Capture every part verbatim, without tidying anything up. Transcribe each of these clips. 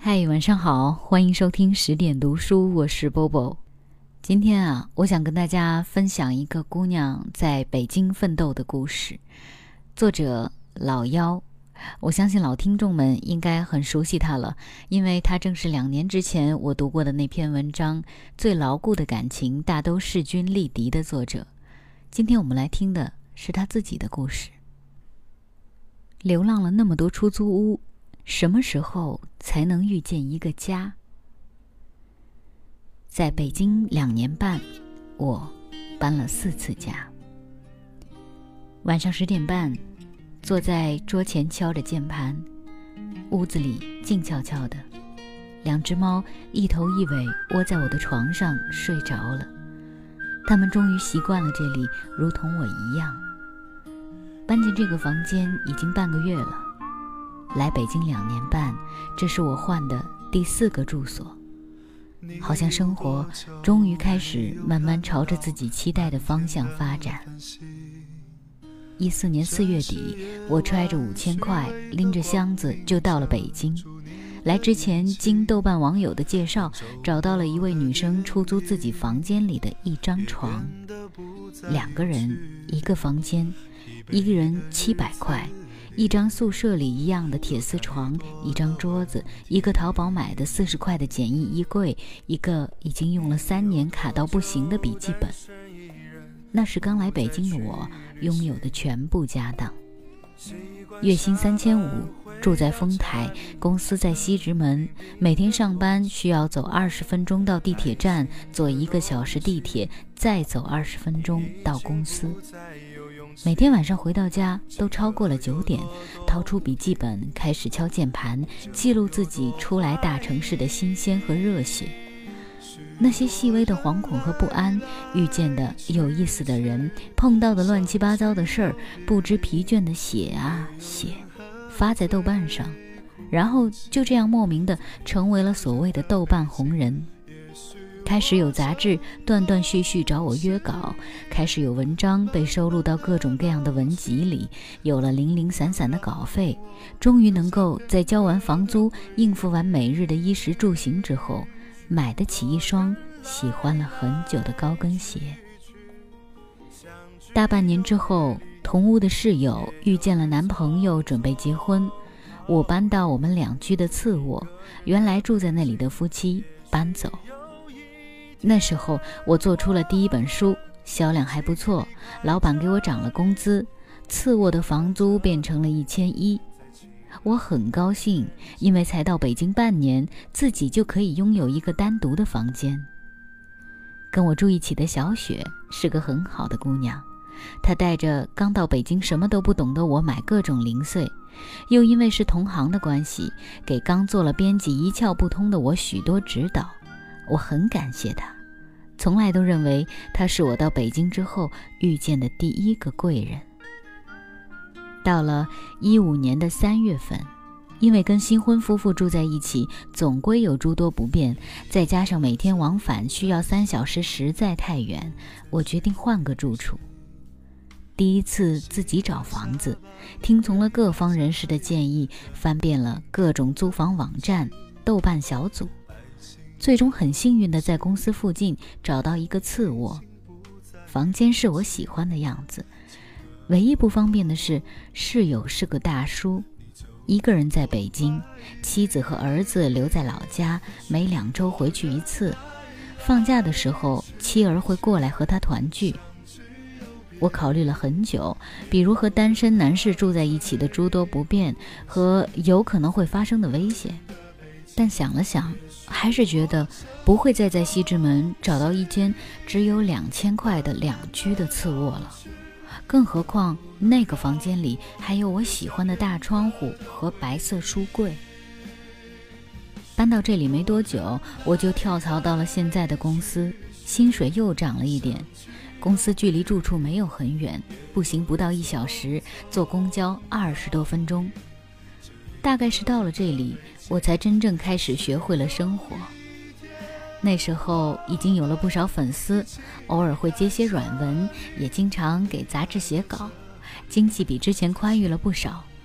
嗨，晚上好，欢迎收听十点读书，我是 Bobo。 今天啊，我想跟大家分享一个姑娘在北京奋斗的故事。作者老幺，我相信老听众们应该很熟悉她了，因为她正是两年之前我读过的那篇文章《最牢固的感情大都势均力敌》的作者。今天我们来听的是她自己的故事。流浪了那么多出租屋，什么时候才能遇见一个家？在北京两年半，我搬了四次家。晚上十点半，坐在桌前敲着键盘，屋子里静悄悄的，两只猫一头一尾窝在我的床上睡着了。它们终于习惯了这里，如同我一样。搬进这个房间已经半个月了，来北京两年半，这是我换的第四个住所。好像生活终于开始慢慢朝着自己期待的方向发展。一四年四月底，我揣着五千块，拎着箱子就到了北京。来之前，经豆瓣网友的介绍，找到了一位女生出租自己房间里的一张床，两个人一个房间，一个人七百块，一张宿舍里一样的铁丝床，一张桌子，一个淘宝买的四十块的简易衣柜，一个已经用了三年卡到不行的笔记本。那是刚来北京的我拥有的全部家当。月薪三千五，住在丰台，公司在西直门，每天上班需要走二十分钟到地铁站，坐一个小时地铁，再走二十分钟到公司。每天晚上回到家都超过了九点，掏出笔记本开始敲键盘，记录自己初来大城市的新鲜和热血。那些细微的惶恐和不安，遇见的有意思的人，碰到的乱七八糟的事儿，不知疲倦的写啊写，发在豆瓣上，然后就这样莫名的成为了所谓的豆瓣红人。开始有杂志断断续续找我约稿，开始有文章被收录到各种各样的文集里，有了零零散散的稿费，终于能够在交完房租，应付完每日的衣食住行之后，买得起一双喜欢了很久的高跟鞋。大半年之后，同屋的室友遇见了男朋友，准备结婚。我搬到我们两居的次卧，原来住在那里的夫妻搬走。那时候我做出了第一本书，销量还不错，老板给我涨了工资，次卧的房租变成了一千一。我很高兴，因为才到北京半年，自己就可以拥有一个单独的房间。跟我住一起的小雪是个很好的姑娘，她带着刚到北京什么都不懂的我买各种零碎，又因为是同行的关系，给刚做了编辑一窍不通的我许多指导。我很感谢她，从来都认为她是我到北京之后遇见的第一个贵人。到了一五年的三月份，因为跟新婚夫妇住在一起，总归有诸多不便，再加上每天往返需要三小时，实在太远，我决定换个住处。第一次自己找房子，听从了各方人士的建议，翻遍了各种租房网站、豆瓣小组，最终很幸运地在公司附近找到一个次卧，房间是我喜欢的样子。唯一不方便的是，室友是个大叔，一个人在北京，妻子和儿子留在老家，每两周回去一次。放假的时候，妻儿会过来和他团聚。我考虑了很久，比如和单身男士住在一起的诸多不便和有可能会发生的危险，但想了想，还是觉得不会再在西直门找到一间只有两千块的两居的次卧了。更何况那个房间里还有我喜欢的大窗户和白色书柜。搬到这里没多久，我就跳槽到了现在的公司，薪水又涨了一点。公司距离住处没有很远，步行不到一小时，坐公交二十多分钟。大概是到了这里，我才真正开始学会了生活。那时候已经有了不少粉丝，偶尔会接些软文，也经常给杂志写稿，经济比之前宽裕了不少。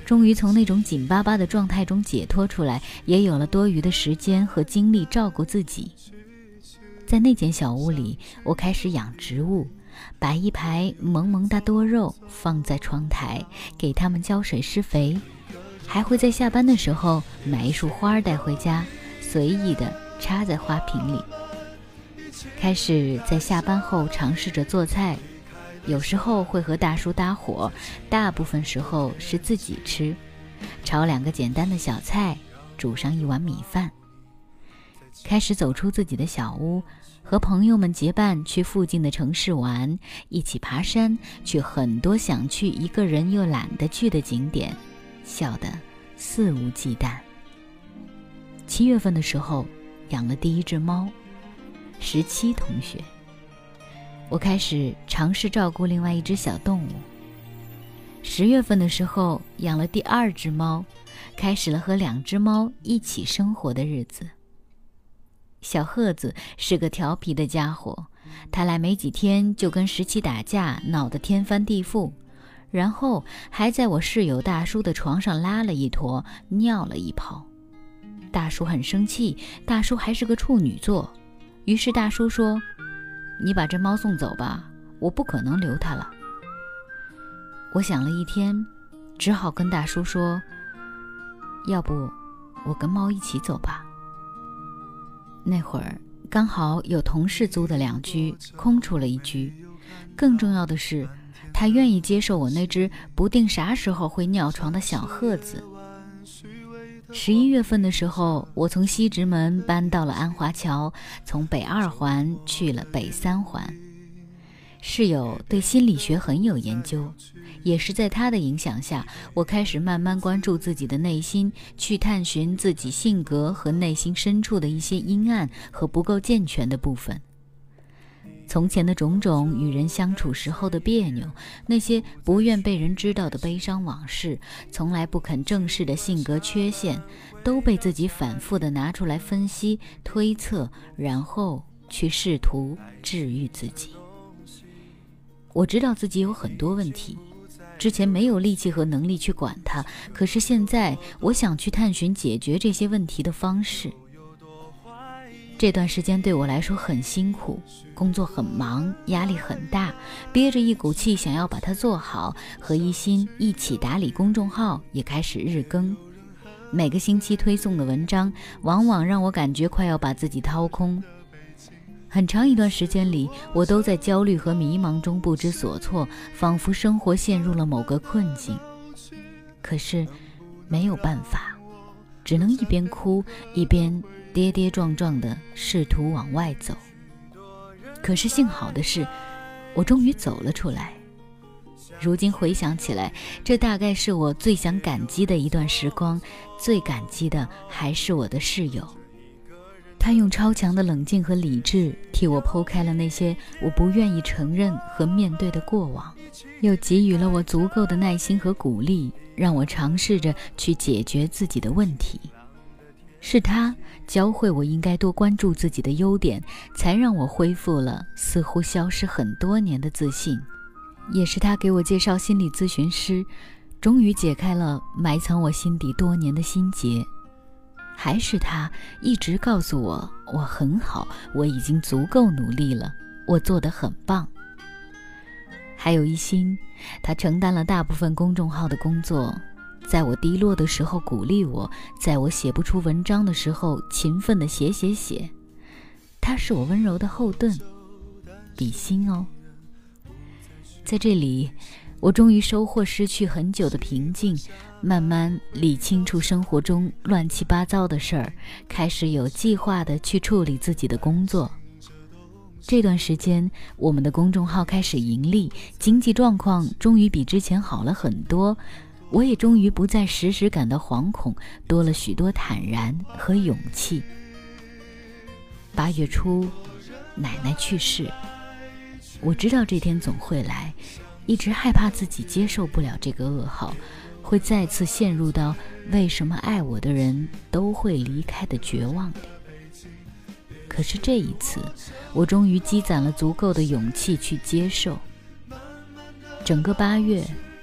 终于从那种紧巴巴的状态中解脱出来，也有了多余的时间和精力照顾自己。在那间小屋里，我开始养植物，把一排萌萌哒多肉放在窗台，给它们浇水施肥，还会在下班的时候买一束花带回家，随意地插在花瓶里。开始在下班后尝试着做菜，有时候会和大叔搭伙，大部分时候是自己吃，炒两个简单的小菜，煮上一碗米饭。开始走出自己的小屋，和朋友们结伴去附近的城市玩，一起爬山，去很多想去一个人又懒得去的景点，笑得肆无忌惮。七月份的时候，养了第一只猫，十七同学。我开始尝试照顾另外一只小动物。十月份的时候，养了第二只猫，开始了和两只猫一起生活的日子。小贺子是个调皮的家伙，他来没几天就跟十七打架，闹得天翻地覆，然后还在我室友大叔的床上拉了一坨，尿了一泡。大叔很生气，大叔还是个处女座，于是大叔说：“你把这猫送走吧，我不可能留它了。”我想了一天，只好跟大叔说：“要不我跟猫一起走吧。”那会儿刚好有同事租的两居空出了一居，更重要的是他愿意接受我那只不定啥时候会尿床的小鹤子。十一月份的时候，我从西直门搬到了安华桥，从北二环去了北三环。室友对心理学很有研究，也是在他的影响下，我开始慢慢关注自己的内心，去探寻自己性格和内心深处的一些阴暗和不够健全的部分。从前的种种与人相处时候的别扭，那些不愿被人知道的悲伤往事，从来不肯正视的性格缺陷，都被自己反复地拿出来分析、推测，然后去试图治愈自己。我知道自己有很多问题，之前没有力气和能力去管它，可是现在我想去探寻解决这些问题的方式。这段时间对我来说很辛苦，工作很忙，压力很大，憋着一股气想要把它做好，和一心一起打理公众号也开始日更。每个星期推送的文章往往让我感觉快要把自己掏空。很长一段时间里，我都在焦虑和迷茫中不知所措，仿佛生活陷入了某个困境。可是没有办法，只能一边哭一边跌跌撞撞地试图往外走。可是幸好的是，我终于走了出来。如今回想起来，这大概是我最想感激的一段时光，最感激的还是我的室友。他用超强的冷静和理智替我剖开了那些我不愿意承认和面对的过往，又给予了我足够的耐心和鼓励，让我尝试着去解决自己的问题。是他教会我应该多关注自己的优点，才让我恢复了似乎消失很多年的自信。也是他给我介绍心理咨询师，终于解开了埋藏我心底多年的心结。还是他一直告诉我，我很好，我已经足够努力了，我做得很棒。还有一心，他承担了大部分公众号的工作，在我低落的时候鼓励我，在我写不出文章的时候勤奋地写写写。他是我温柔的后盾，比心哦。在这里，我终于收获失去很久的平静，慢慢理清楚生活中乱七八糟的事儿，开始有计划地去处理自己的工作。这段时间，我们的公众号开始盈利，经济状况终于比之前好了很多，我也终于不再时时感到惶恐，多了许多坦然和勇气。八月初，奶奶去世，我知道这天总会来，一直害怕自己接受不了这个噩耗，会再次陷入到为什么爱我的人都会离开的绝望里。可是这一次，我终于积攒了足够的勇气去接受。整个八月，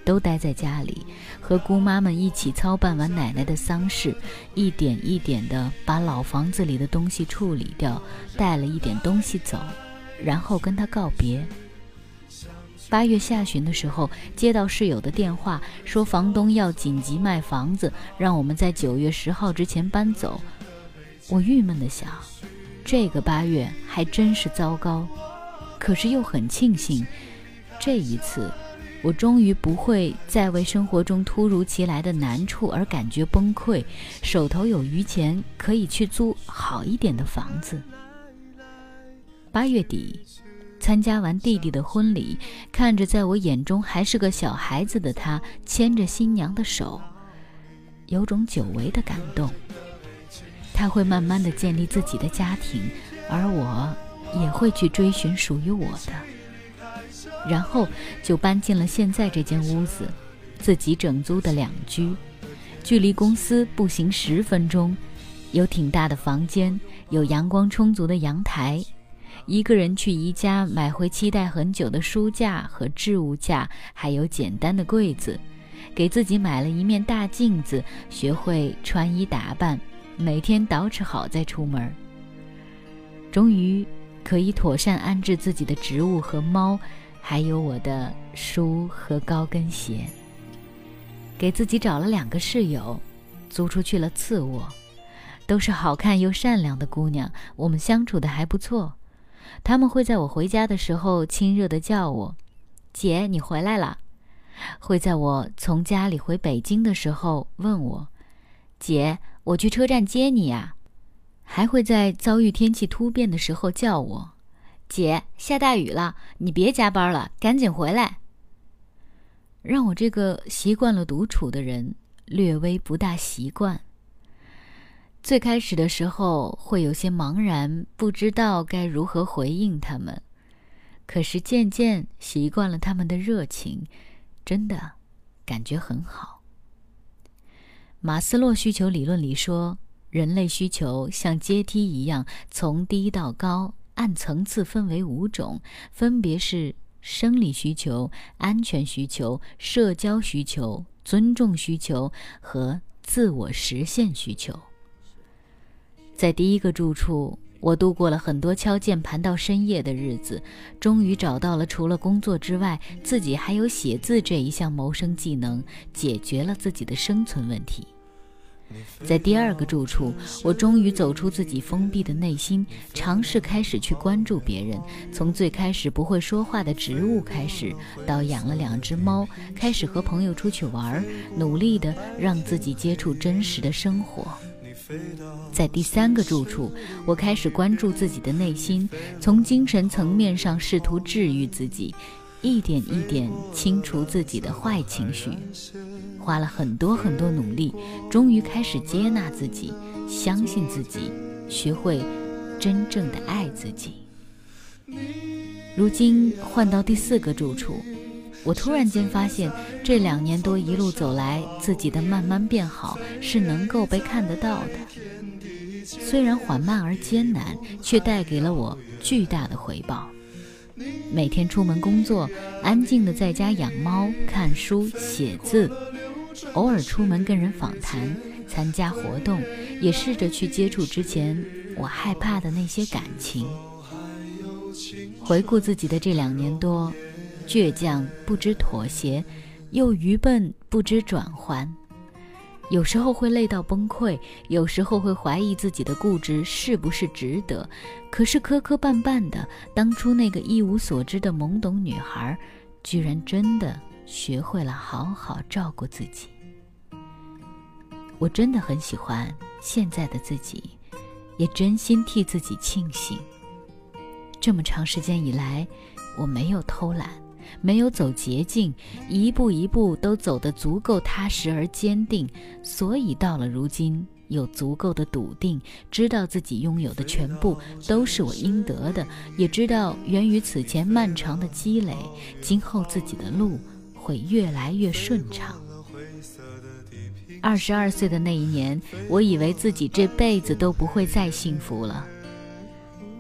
都待在家里，和姑妈们一起操办完奶奶的丧事，一点一点地把老房子里的东西处理掉，带了一点东西走，然后跟她告别。八月下旬的时候，接到室友的电话，说房东要紧急卖房子，让我们在九月十号之前搬走。我郁闷地想，这个八月还真是糟糕，可是又很庆幸，这一次我终于不会再为生活中突如其来的难处而感觉崩溃，手头有余钱可以去租好一点的房子。八月底参加完弟弟的婚礼，看着在我眼中还是个小孩子的他牵着新娘的手，有种久违的感动。他会慢慢地建立自己的家庭，而我也会去追寻属于我的。然后就搬进了现在这间屋子，自己整租的两居，距离公司步行十分钟，有挺大的房间，有阳光充足的阳台。一个人去宜家买回期待很久的书架和置物架，还有简单的柜子，给自己买了一面大镜子，学会穿衣打扮，每天捯饬好再出门。终于可以妥善安置自己的植物和猫，还有我的书和高跟鞋。给自己找了两个室友，租出去了次卧，都是好看又善良的姑娘，我们相处得还不错。他们会在我回家的时候亲热地叫我，姐，你回来了。会在我从家里回北京的时候问我，姐，我去车站接你呀。还会在遭遇天气突变的时候叫我，姐，下大雨了，你别加班了，赶紧回来。让我这个习惯了独处的人略微不大习惯。最开始的时候会有些茫然，不知道该如何回应他们，可是渐渐习惯了他们的热情，真的感觉很好。马斯洛需求理论里说，人类需求像阶梯一样从低到高，按层次分为五种，分别是生理需求、安全需求、社交需求、尊重需求和自我实现需求。在第一个住处，我度过了很多敲键盘到深夜的日子，终于找到了除了工作之外，自己还有写字这一项谋生技能，解决了自己的生存问题。在第二个住处，我终于走出自己封闭的内心，尝试开始去关注别人，从最开始不会说话的植物开始，到养了两只猫，开始和朋友出去玩，努力地让自己接触真实的生活。在第三个住处，我开始关注自己的内心，从精神层面上试图治愈自己，一点一点清除自己的坏情绪，花了很多很多努力，终于开始接纳自己，相信自己，学会真正的爱自己。如今换到第四个住处，我突然间发现，这两年多一路走来，自己的慢慢变好是能够被看得到的。虽然缓慢而艰难，却带给了我巨大的回报。每天出门工作，安静地在家养猫、看书、写字，偶尔出门跟人访谈、参加活动，也试着去接触之前我害怕的那些感情。回顾自己的这两年多，倔强不知妥协，又愚笨不知转换，有时候会累到崩溃，有时候会怀疑自己的固执是不是值得。可是磕磕绊绊的，当初那个一无所知的懵懂女孩，居然真的学会了好好照顾自己。我真的很喜欢现在的自己，也真心替自己庆幸。这么长时间以来，我没有偷懒，没有走捷径，一步一步都走得足够踏实而坚定，所以到了如今，有足够的笃定，知道自己拥有的全部都是我应得的，也知道源于此前漫长的积累，今后自己的路会越来越顺畅。二十二岁的那一年，我以为自己这辈子都不会再幸福了。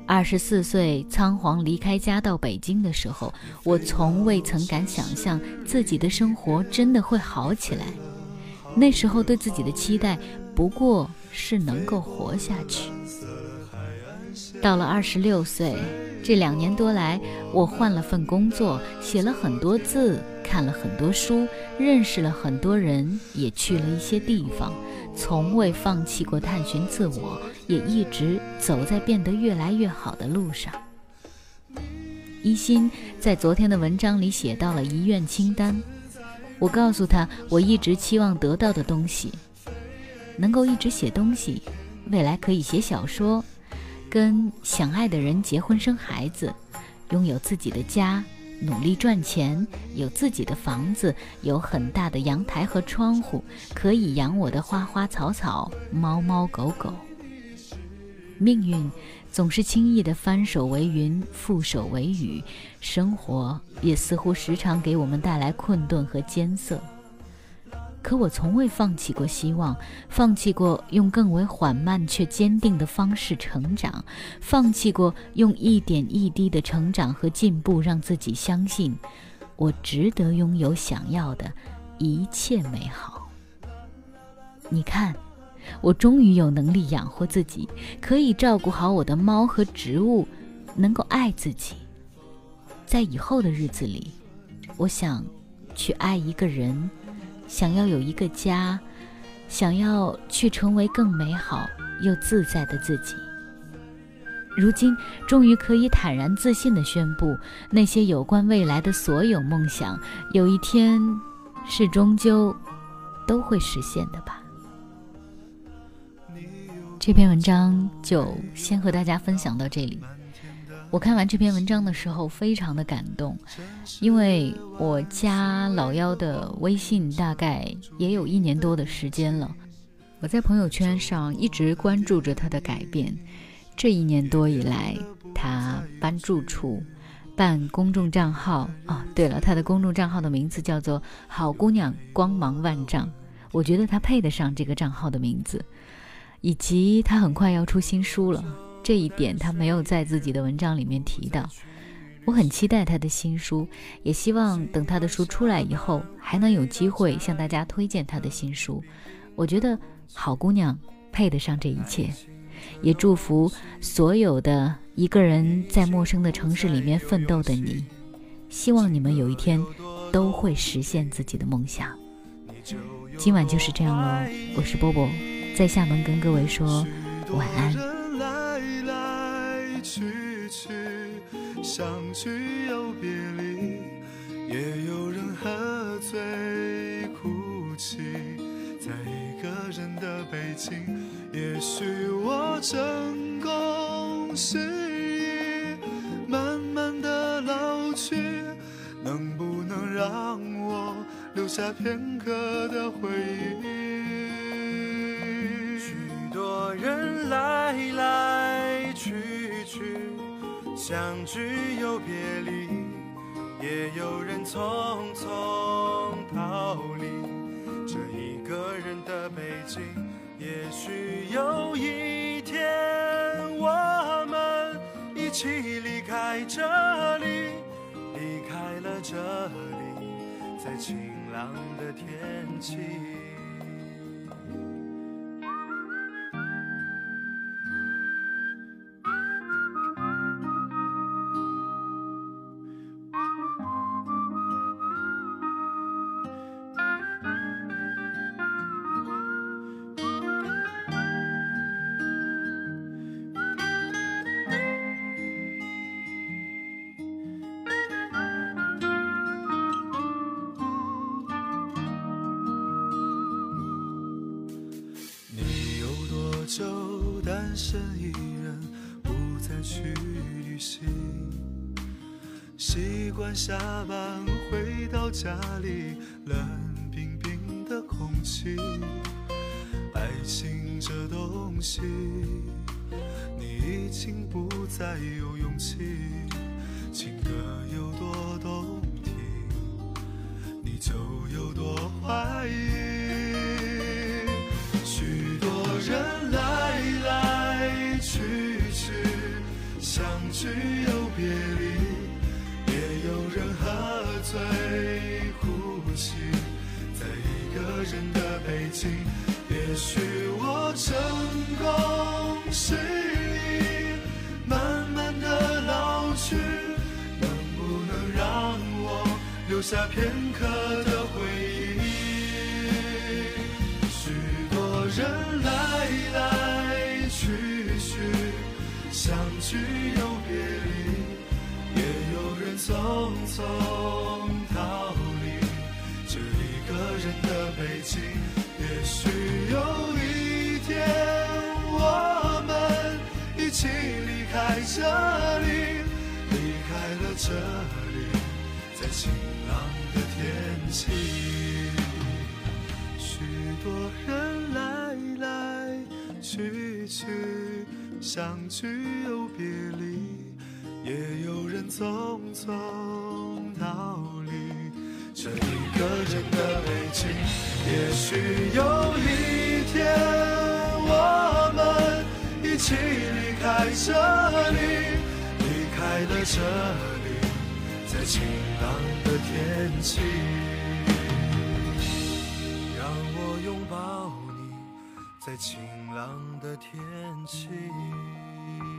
二十四岁仓皇离开家到北京的时候，我从未曾敢想象自己的生活真的会好起来。那时候对自己的期待不过是能够活下去。到了二十六岁，这两年多来，我换了份工作，写了很多字，看了很多书，认识了很多人，也去了一些地方，从未放弃过探寻自我，也一直走在变得越来越好的路上。一心在昨天的文章里写到了遗愿清单，我告诉他我一直期望得到的东西，能够一直写东西，未来可以写小说，跟想爱的人结婚生孩子，拥有自己的家，努力赚钱，有自己的房子，有很大的阳台和窗户，可以养我的花花草草，猫猫狗狗。命运总是轻易地翻手为云，覆手为雨，生活也似乎时常给我们带来困顿和艰涩。可我从未放弃过希望，放弃过用更为缓慢却坚定的方式成长，放弃过用一点一滴的成长和进步让自己相信我值得拥有想要的一切美好。你看，我终于有能力养活自己，可以照顾好我的猫和植物，能够爱自己。在以后的日子里，我想去爱一个人，想要有一个家，想要去成为更美好又自在的自己。如今终于可以坦然自信地宣布，那些有关未来的所有梦想，有一天是终究都会实现的吧。这篇文章就先和大家分享到这里。我看完这篇文章的时候非常的感动，因为我加老幺的微信大概也有一年多的时间了，我在朋友圈上一直关注着他的改变。这一年多以来，他搬住处，办公众账号哦，对了，他的公众账号的名字叫做好姑娘光芒万丈，我觉得他配得上这个账号的名字。以及他很快要出新书了，这一点他没有在自己的文章里面提到。我很期待他的新书，也希望等他的书出来以后，还能有机会向大家推荐他的新书。我觉得好姑娘配得上这一切，也祝福所有的一个人在陌生的城市里面奋斗的你，希望你们有一天都会实现自己的梦想。今晚就是这样咯，我是波波，在厦门跟各位说晚安。 来来去去，相聚又别离，也有人喝醉哭泣，在一个人的北京，也许我成功失意，慢慢的老去，能不能让我留下片刻的回忆？许多人来来去去，相聚又别离，也有人匆匆逃离。这一个人的北京，也许有一天我们一起离开这里，离开了这里，在晴朗的天气。就单身一人，不再去旅行，习惯下班回到家里，冷冰冰的空气。爱情这东西，你已经不再有勇气。情歌有多动听，你就有多怀疑。许多人来来去去，相境。也许我成功失意，慢慢的老去，能不能让我留下片刻的回忆？许多人来来去去，相聚又别离，也有人匆匆逃离这一个人的北京。也许有一天我们一起离开这里，离开了这里，在晴朗的天气。许多人来来去去，相聚又别离，也有人匆匆逃离这一个人的北京。也许有一天我们一起离开这里，离开了这里，在晴朗的天气。让我拥抱你，在晴朗的天气。